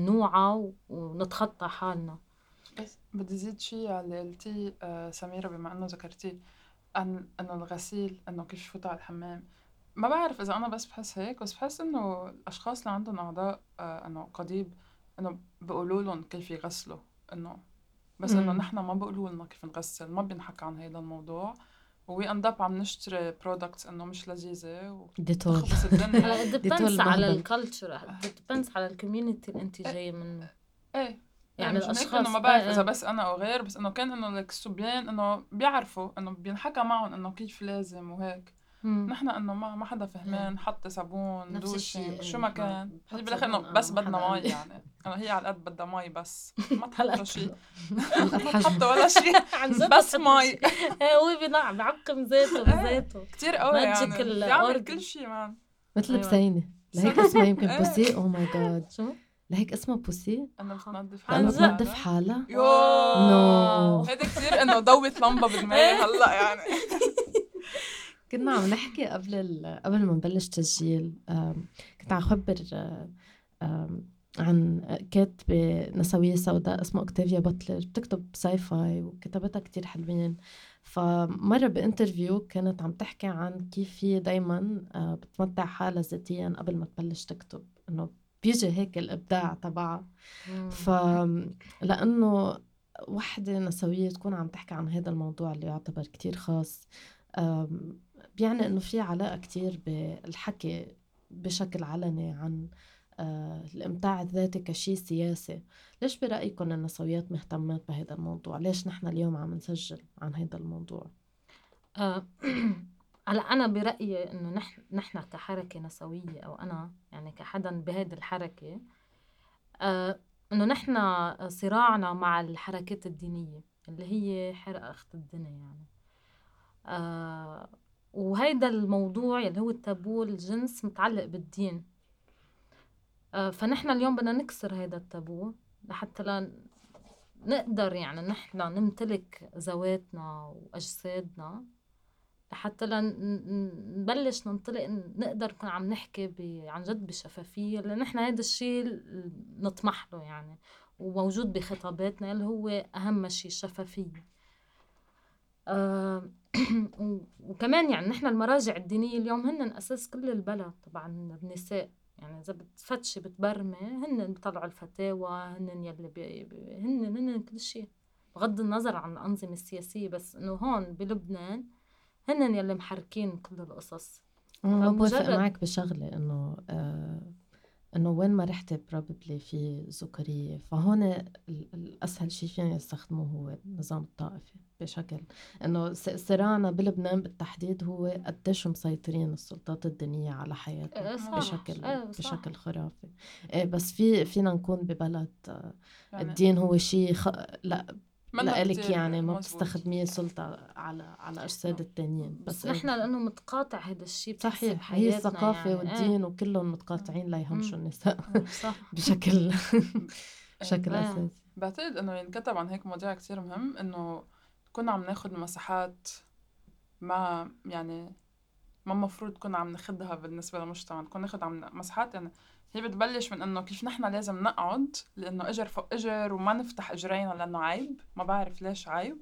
نوعى ونتخطى حالنا. بس بدي زيد شيء على اللي قلتيه آه، سميرة، بما انه ذكرتيه عن انه الغسيل، انه كيف يفوتوا على الحمام. ما بعرف اذا انا بس بحس هيك، بس بحس انه الاشخاص اللي عندهم اعضاء آه، انه قضيب، انه بيقولوا لهم كيف يغسلوا، انه بس انه مم. نحن ما بيقولوا لنا كيف نغسل، ما بنحكى عن هذا الموضوع، وي اند اب عم نشتري برودكتس انه مش لذيذه ديتول. وتخبص الدنيا. هلا ديتول ديبنس على مهبل. الكالتشر، ديبنس على الكوميونتي اللي انت جاي منه. ايه يعني يعني مشان هيك الاشخاص انه ما بعرف آه، اذا آه. بس انا او غير، بس انه كان انه لك الصبيان انه بيعرفوا انه بينحكى معهم انه كيف لازم وهيك. مم. نحن انه ما ما حدا فهمان، حط صابون نفس الشيء، دوشن إيه، شو ما نحن كان، بنحط هي بالاخر انه صابون، آه، بس ما بدنا حدا مي قال لي. يعني، انه هي على قد بدها مي بس ما هلا تحطوا شيء، هلا ما حجم تحطوا ولا شيء عن جد بس بتحطوا مي. شيء. إيه، هو بينع بعقم ذاته بذاته. كتير قوي يعني، ماجيكال بيعمل أورجن. كل شيء مان. مثل أيوة. بسينة، لهيك سنة. اسمها يمكن إيه. بوسي. او ماي جاد، شو؟ لهيك اسمها بوسي انه بتنظف عن لانه جد؟ تنظف حالها. حالها. يو نو. هيدا كتير انه ضوت لمبه بدماغي هلا يعني. كنا عم نحكي قبل ال... قبل ما نبلش تسجيل، آم، كنت عم خبر آه، آم، عن كاتبة نسوية سوداء اسمها أوكتافيا باتلر، بتكتب ساي فاي وكتابتها كتير حلوين. فمرة بانترفيو كانت عم تحكي عن كيف هي دايما آه، بتمتع حالها ذاتيا قبل ما تبلش تكتب، انه بيجي هيك الإبداع تبعها. مم. فلأنه وحدة نسوية تكون عم تحكي عن هذا الموضوع اللي يعتبر كتير خاص، آم، بيعني إنه في علاقة كتير بالحكي بشكل علني عن آه، الإمتاع الذاتي كشي سياسي. ليش برأيكم النسويات مهتمات بهذا الموضوع؟ ليش نحن اليوم عم نسجل عن هذا الموضوع؟ آه، هلا أنا برأيي إنه نحن نحن كحركة نسوية، أو أنا يعني كحدا بهيدي الحركة، آه، إنه نحن صراعنا مع الحركات الدينية اللي هي حرقة أخت الدنيا يعني. آه، وهيدا الموضوع اللي هو التابو الجنس متعلق بالدين. آه، فنحن اليوم بدنا نكسر هيدا التابو لحتى لا نقدر يعني نحن نمتلك ذواتنا وأجسادنا، لحتى لا ن- ن- نبلش ننطلق، نقدر نكون عم نحكي ب- عن جد بشفافية، لأن نحن هيدا الشيء ال- نطمح له يعني، وموجود بخطاباتنا اللي هو أهم شيء الشفافية. آه، و- وكمان يعني نحن المراجع الدينية اليوم هن أساس كل البلد طبعا النساء. يعني إذا بتفتشي بتبرمي هن بيطلعوا الفتاوى، هن يلي بي بي- هن هن كل شيء، بغض النظر عن الأنظمة السياسية، بس إنه هون بلبنان هن يلي محركين كل القصص. أنا ما بوافق فمجرد معك بشغلة، إنه آه إنه وين ما رحتي probably في ذكورية، فهون ال- الأسهل شيء فينا يستخدموه هو النظام الطائفي بشكل إنه س- صراعنا بلبنان بالتحديد هو قديش مسيطرين السلطات الدينية على حياتنا آه، صح. بشكل آه، صح. بشكل خرافي. إيه، بس في فينا نكون ببلد آه، يعني الدين هو شيء خ... لا منه لإلك كتير يعني ما مزبوط. بتستخدميه سلطة على على أجساد التانيين، بس بس نحن لأنه متقاطع هذا الشيء بتحسي صحيح، هي بحياتنا الثقافة يعني والدين وكلهم متقاطعين ليهمشوا النساء إيه. صح بشكل بشكل إيه. أساسي. بعتقد انه ينكتب عن هيك مواضيع كتير مهم، انه كنا عم ناخد مساحات ما يعني ما مفروض كنا عم ناخدها بالنسبة للمجتمع، كنا ناخد عم مساحات يعني هي بتبلش من انه كيف نحن لازم نقعد لانه اجر فوق اجر وما نفتح اجرينا لانه عيب، ما بعرف ليش عيب.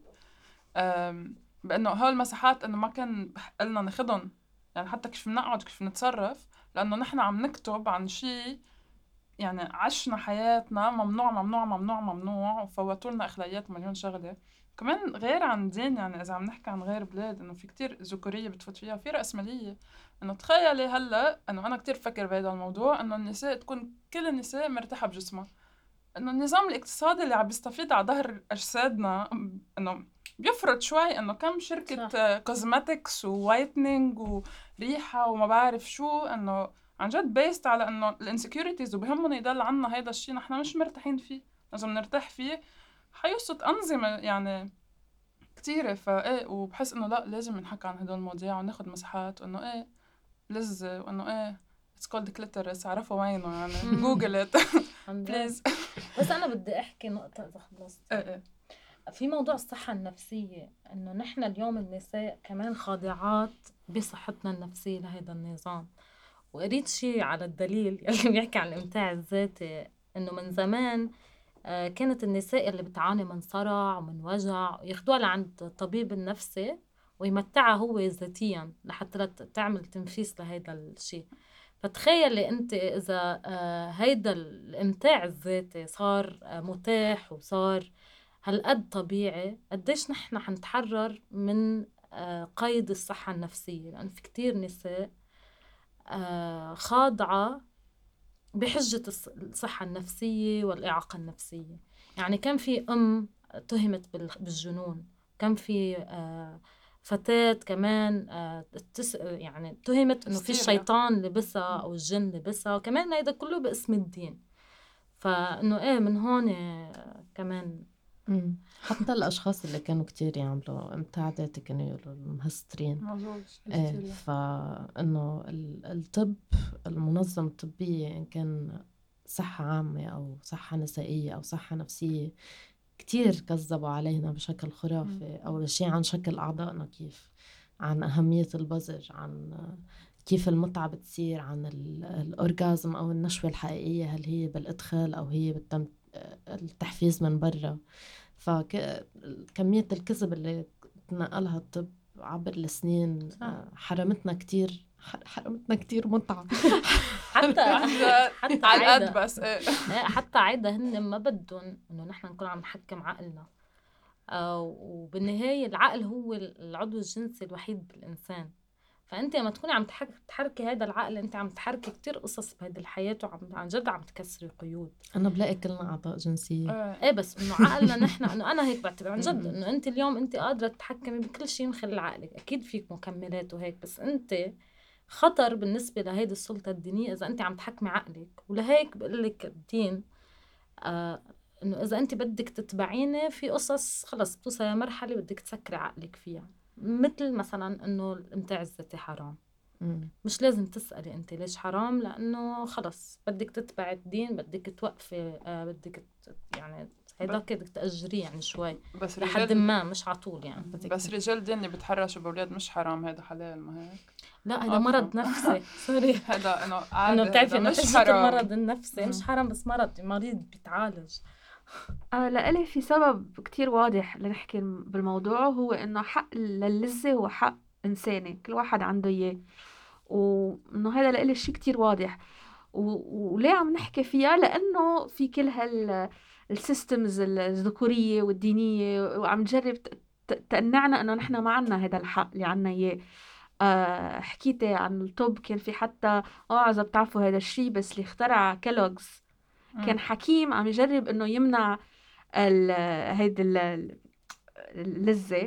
بانه هول المساحات انه ما كان بحق لنا ناخدهم، يعني حتى كيف نقعد كيف نتصرف، لانه نحن عم نكتب عن شيء يعني عشنا حياتنا ممنوع ممنوع ممنوع ممنوع وفوتوا لنا اخلاقيات مليون شغله. كمان غير عن دين، يعني اذا عم نحكي عن غير بلاد انه في كتير ذكوريه بتفوت فيها، في رأسماليه. انه تخيلي هلا انه انا كتير فكر بهذا الموضوع، انه النساء تكون كل النساء مرتاحه بجسمها، انه النظام الاقتصادي اللي عم بيستفيد على ظهر اجسادنا انه بيفرض شوي انه كم شركه كوزماتكس ووايتنينج وريحه وما بعرف شو، انه عن جد بيست على انه الانسكيورتيز وبهمهم يضل عنا هيدا الشيء نحن مش مرتاحين فيه، لازم نرتاح فيه. حيوصل انظمه يعني كتيره. فايه وبحس انه لا لازم نحكي عن هدول المواضيع وناخد مساحات، وانه ايه لذة، وانه ايه اتس كولد كليترس، عرفوا وينه يعني جوجل ات بليز. بس انا بدي احكي نقطه اذا خلصت. ايه ايه في موضوع الصحة النفسية، إنه نحن اليوم النساء كمان خاضعات بصحتنا النفسية لهذا النظام. وقريت شيء على الدليل اللي بيحكي عن الإمتاع الذاتي، إنه من زمان آه كانت النساء اللي بتعاني من صرع ومن وجع ياخدوها لعند الطبيب النفسي ويمتعها هو ذاتيا لحتى تعمل تنفيس لهذا الشيء. فتخيلي انت اذا آه هيدا الامتاع الذاتي صار آه متاح وصار هالقد طبيعي، قديش نحن حنتحرر من آه قيد الصحة النفسية. لأن في كتير نساء آه خاضعة بحجة الصحة النفسية والإعاقة النفسية. يعني كان في أم اتهمت بالجنون، كان في آه فتاة كمان آه تس يعني اتهمت إنه في الشيطان لبسها أو الجن لبسها، وكمان هيدا كله باسم الدين. فإنه إيه من هون كمان مم. حتى الأشخاص اللي كانوا كتير يعملوا إمتاع ذاتي كانوا يقولوا المهسترين. مظبوط. إيه، فإنه الطب المنظمة الطبية إن كان صحة عامة أو صحة نسائية أو صحة نفسية كتير كذبوا علينا بشكل خرافي. أول شيء عن شكل أعضائنا، كيف عن أهمية البزر، عن كيف المتعة بتصير، عن الأورغازم أو النشوة الحقيقية، هل هي بالإدخال أو هي بالتحفيز من برا. فكمية الكذب اللي تنقلها الطب عبر السنين حرمتنا كتير حرمتنا كتير متعة. حتى حتى على القد بس حتى عيدا هن ما بدهم إنه نحن نكون عم نحكم عقلنا. وبالنهاية العقل هو العضو الجنسي الوحيد بالإنسان. فأنت لما تكوني عم تحركي هذا العقل، أنت عم تحركي كتير قصص بهذه الحياة، وعم عن جد عم تكسري قيود. أنا بلاقي كلنا أعضاء جنسية. إيه بس إنه عقلنا نحن، إنه أنا هيك بعتبر عن جد إنه أنت اليوم أنت قادرة تتحكمي بكل شيء من خلال عقلك. أكيد فيك مكملات وهيك، بس أنت خطر بالنسبة لهيدي السلطة الدينية إذا أنت عم تحكمي عقلك. ولهيك بقولك الدين آه إنه إذا أنت بدك تتبعيني في قصص خلص بتوصل مرحلة بدك تسكري عقلك فيها، مثل مثلا إنه الإمتاع الذاتي حرام. مم. مش لازم تسألي أنت ليش حرام، لأنه خلص بدك تتبع الدين، بدك توقفي آه بدك يعني هيدا بدك تأجريه يعني شوي بس لحد ما مش عطول يعني. بس رجال دين اللي بتحرشوا بأولاد مش حرام، هذا حلال ما هيك؟ لا هذا مرض نفسي سوري هذا إنه عادي، إنه بتعرفي إنه مش حرام. المرض النفسي مش حرام، بس مرض مريض بيتعالج. آه لإلي في سبب كتير واضح لنحكي بالموضوع، هو إنه حق للذة هو حق إنساني كل واحد عنده إياه، وإنه هذا لإلي شيء كتير واضح. وليه عم نحكي فيها؟ لأنه في كل هال السيستمز الذكورية والدينية وعم تجرب تقنعنا إنه نحن ما عنا هذا الحق اللي عنا إياه. أه حكيتي عن الطب، كان في حتى اه إذا بتعرفوا هذا الشيء، بس اللي اخترع كيلوغز كان حكيم عم يجرب إنه يمنع هيدا اللذة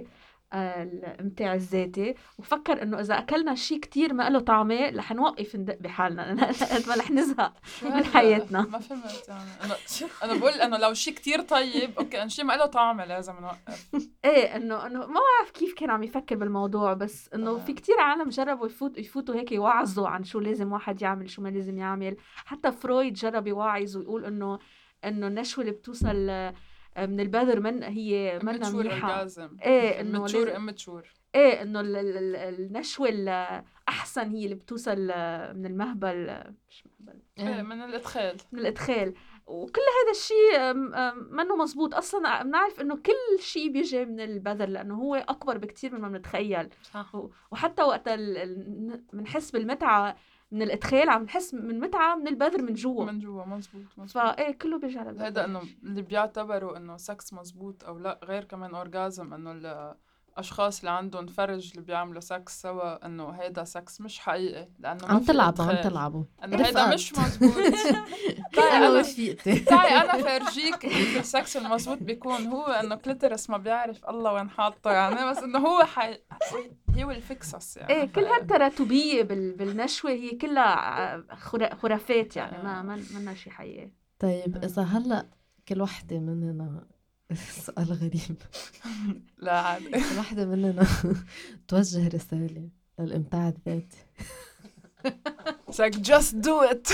الامتاع الذاتي، وفكر انه اذا اكلنا شيء كتير ما له طعمه رح نوقف ندق بحالنا ما رح نزهق من حياتنا. ما فهمت يعني انا انا بقول انه لو شيء كتير طيب اوكي ان شيء ما له طعم لازم نوقف. ايه انه انه ما بعرف كيف كان عم يفكر بالموضوع، بس انه آه. في كتير عالم جربوا يفوت يفوتوا هيك يوعظوا عن شو لازم واحد يعمل شو ما لازم يعمل. حتى فرويد جرب يوعظ ويقول انه انه النشوه اللي بتوصل من البذر من هي منا منيحه. ايه انه متشور امتشور ايه انه ال- ال- ال- النشوه الاحسن هي اللي بتوصل من المهبل، مش مهبل ايه من الادخال من الادخال. وكل هذا الشيء منه مزبوط اصلا. بنعرف انه كل شيء بيجي من البذر لانه هو اكبر بكتير مما بنتخيل. صح. وحتى وقت بنحس بالمتعه من الادخال عم نحس من متعه من البذر من جوا من جوا. مزبوط مزبوط. فايه كله بيجي على البذر. هذا انه اللي بيعتبروا انه سكس مزبوط او لا، غير كمان اورجازم، انه الاشخاص اللي عندهم فرج اللي بيعملوا سكس سوا انه هيدا سكس مش حقيقي لانه عم تلعبوا عم تلعبوا انه هيدا مش مزبوط. انا وفيقتي تعي انا فرجيك كيف السكس المزبوط بيكون. هو انه كليترس ما بيعرف الله وين حاطه يعني، بس انه هو حي... هو الفكسس يعني. ايه كل هالتراتبيه بال... بالنشوه هي كلها خرا... خرافات يعني، ما ما منا شيء حقيقي. طيب اذا هلا كل وحده مننا سؤال غريب لا عادي كل وحده مننا توجه رساله للامتاع الذاتي It's like just do it.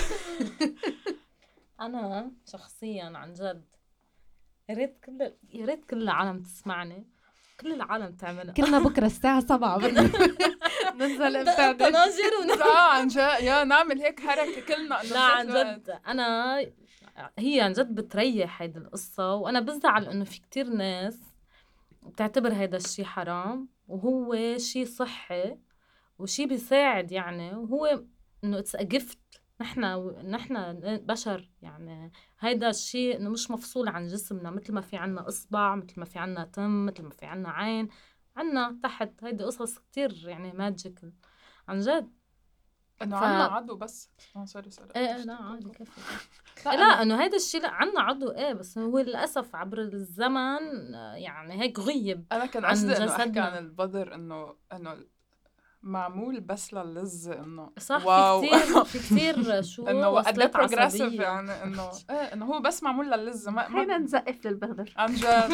أنا شخصياً عن جد يا ريت كل يا ريت كل العالم تسمعني، كل العالم تعملها. كلنا بكره الساعه سبعة بدنا ننزل امتاع ذاتي. تناجر ونزل. لا عن جد يا نعمل هيك حركة كلنا. لا عن جد أنا هي عن جد بتريح هيدا القصة، وأنا بزعل إنه في كتير ناس بتعتبر هيدا الشي حرام وهو شي صحي وشي بيساعد يعني، وهو إنه it's a gift. نحنا نحنا بشر يعني، هيدا الشيء إنه مش مفصول عن جسمنا، مثل ما في عنا إصبع، مثل ما في عنا تم، مثل ما في عنا عين، عنا تحت هيدي قصص كتير يعني ماجيكال عن جد. إنه ف... عنا عضو بس. آه سوري سوري. إيه لا عادي كيف. لا, لا إنه هيدا الشيء لا عنا عضو إيه، بس هو للأسف عبر الزمن يعني هيك غيب. أنا كان قصدي إنه أحكي عن البذر إنه إنه معمول بس لللذة إنه صح. واو. في كتير في كتير شو إنه وصلت عصبية يعني إنه إيه إنه هو بس معمول لللذة. ما خلينا نزقف للبذر عن جد.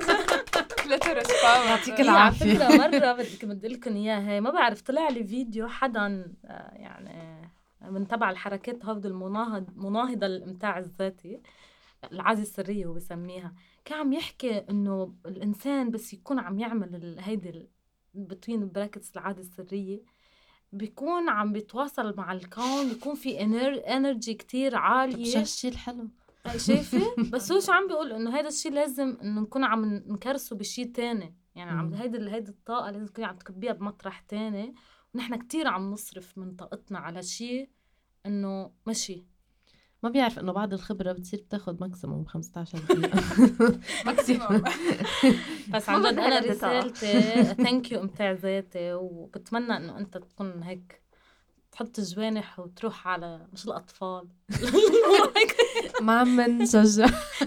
كليترس باور. يعطيك على العافيه. فكرة مرة بدي بدي لكم إياها، هي ما بعرف طلع لي فيديو حدا يعني من تبع الحركات هذه المناهض مناهضة للإمتاع الذاتي، العادة السرية هو بسميها، كان عم يحكي إنه الإنسان بس يكون عم يعمل هيدي بتوين براكتس العادة السرية بيكون عم بيتواصل مع الكون، بيكون في انرجي كتير عالية. شو الشيء الحلو شايفة؟ بس هو شو عم بيقول إنه هيدا الشيء لازم إنه نكون عم نكرسه بشيء تاني يعني. عم هيدا هيدا الطاقة لازم تكوني عم تكبيها بمطرح تاني، ونحن كتير عم نصرف من طاقتنا على شيء إنه ماشي. ما بيعرف إنه بعد الخبرة بتصير بتاخد ماكسيموم خمسة عشر دقيقة. ماكسيموم. بس عن جد أنا رسالتي ثانك يو إمتاع ذاتي، وبتمنى إنه أنت تكون هيك تحط جوانح وتروح على مش الأطفال ما عم نشجع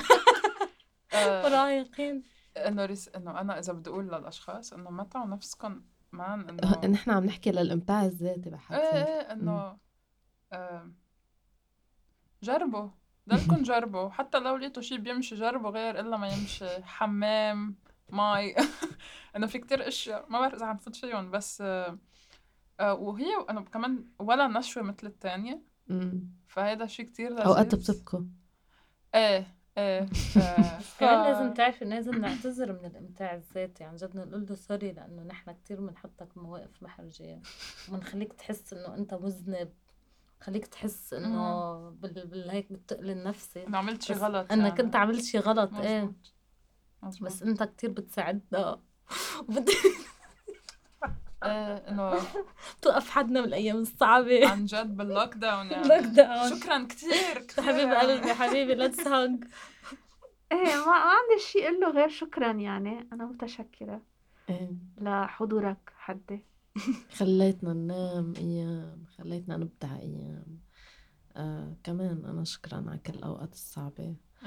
مراهقين. إنه رس إنه أنا إذا بدي أقول للأشخاص إنه ما تعوا نفسكم مان إنه نحن عم نحكي للإمتاع الذاتي بحد إيه إيه إنه آه جربوا ضلكم جربوا، حتى لو لقيتوا شيء بيمشي جربوا غير إلا ما يمشي. حمام ماي إنه في كتير أشياء ما بعرف إذا عم فوت فيهم، بس آه آه وهي أنا كمان ولا نشوة مثل التانية. فهذا شيء كتير لذيذ. أوقات بتبكوا. إيه إيه ف... كمان لازم تعرف إنه لازم نعتذر من الإمتاع الذاتي عن جد، نقول له سوري لأنه نحن كتير بنحطك بمواقف محرجة ومنخليك تحس إنه أنت مذنب، خليك تحس إنه بال... بالهيك بالتقل النفسي إنه عملت شيء غلط إنك يعني. أنت عملت شيء غلط. مزبوط. إيه مزبوط. بس أنت كتير بتساعدنا وبدي إيه إنه توقف حدنا بالأيام الصعبة عن جد باللوك داون يعني. لوك داون. شكرا كتير كتير حبيب قلبي حبيبي let's hug. ايه ما عندي شيء اقول له غير شكرا يعني. انا متشكرة إيه. لحضورك حدي. خليتنا ننام أيام، خليتنا نبدع أيام. آه كمان أنا شكرا على كل الأوقات الصعبة.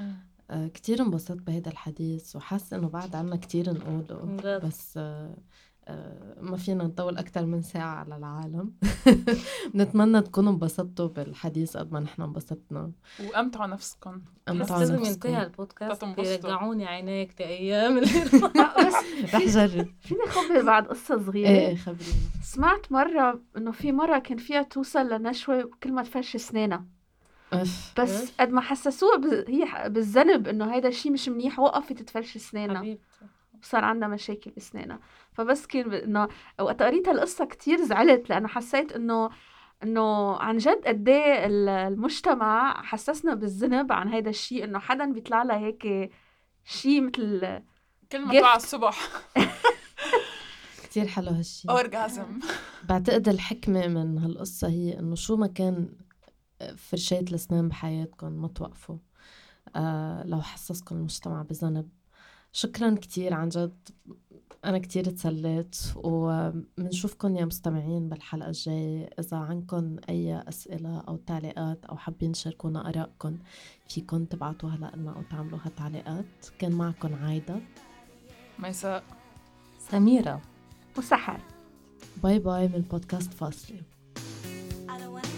آه، كتير انبسطت بهذا الحديث وحاسة إنه بعد عنا كتير نقوله، مجد. بس آه، آه، ما فينا نطول أكتر من ساعة على العالم. نتمنى تكونوا انبسطتوا بالحديث قد ما نحن انبسطنا. وامتعوا نفسكم. بس أمتعوا لازم نفسكم. ينتهي البودكاست تتنبسطوا. يرجعوني عينيك لأيام اللي آه، بس رح جرب. فيني خبر بعد قصة ايه صغيرة. ايه خبرينا. سمعت مرة إنه في مرة كان فيها توصل لنشوة كل ما تفرش أسنانها، أف. بس إيش؟ قد ما حسسوها ب... هي ح- بالذنب إنه هيدا الشيء مش منيح، وقفت تفرش أسنانها حبيبتي وصار عندها مشاكل بأسنانها. فبس كان ب- إنه وقت قريت هالقصة كتير زعلت، لأنه حسيت إنه إنه عن جد قد إيه ال- المجتمع حسسنا بالذنب عن هيدا الشيء، إنه حدا بيطلع لها هيك شيء مثل كل ما gift. توعى الصبح كتير حلو هالشي. اورجازم. بعتقد الحكمة من هالقصة هي إنه شو ما كان فرشاة الأسنان بحياتكم ما توقفوا آه لو حسسكم المجتمع بذنب. شكرا كتير عن جد، أنا كتير تسليت، ومنشوفكن يا مستمعين بالحلقة الجاية. إذا عندكن أي أسئلة أو تعليقات أو حابين تشاركونا آرائكن فيكن تبعتوها لنا أو تعملوها تعليقات. كان معكن عايدة، ميساء، سميرة وسحر. باي باي من بودكاست فاصلة. I don't want